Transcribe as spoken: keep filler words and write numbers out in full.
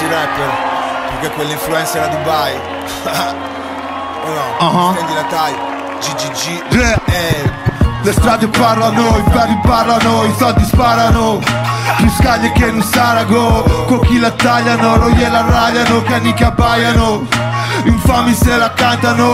questi rapper, perché quell'influencer a Dubai. O no? Uh-huh. Stendi la Thai, G G G. Yeah. Eh. Le strade parlano, i ferri parlano, i soldi sparano. Più scaglie che in un Sarago. Con chi la tagliano, lo gliela ragliano, cani che abbaiano. Infami se la cantano.